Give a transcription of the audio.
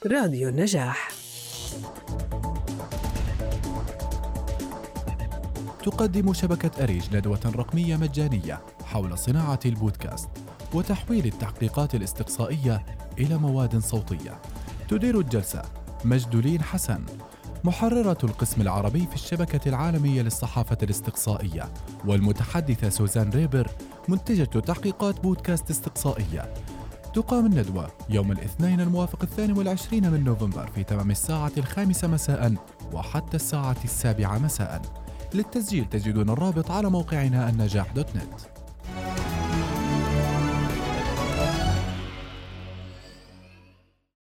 راديو النجاح. تقدم شبكة أريج ندوة رقمية مجانية حول صناعة البودكاست وتحويل التحقيقات الاستقصائية إلى مواد صوتية. تدير الجلسة مجدولين حسن، محررة القسم العربي في الشبكة العالمية للصحافة الاستقصائية، والمتحدثة سوزان ريبر، منتجة تحقيقات بودكاست استقصائية. تقام الندوة يوم الاثنين الموافق 22 من نوفمبر في تمام الساعة 5 مساء وحتى الساعة 7 مساء. للتسجيل تجدون الرابط على موقعنا النجاح.net.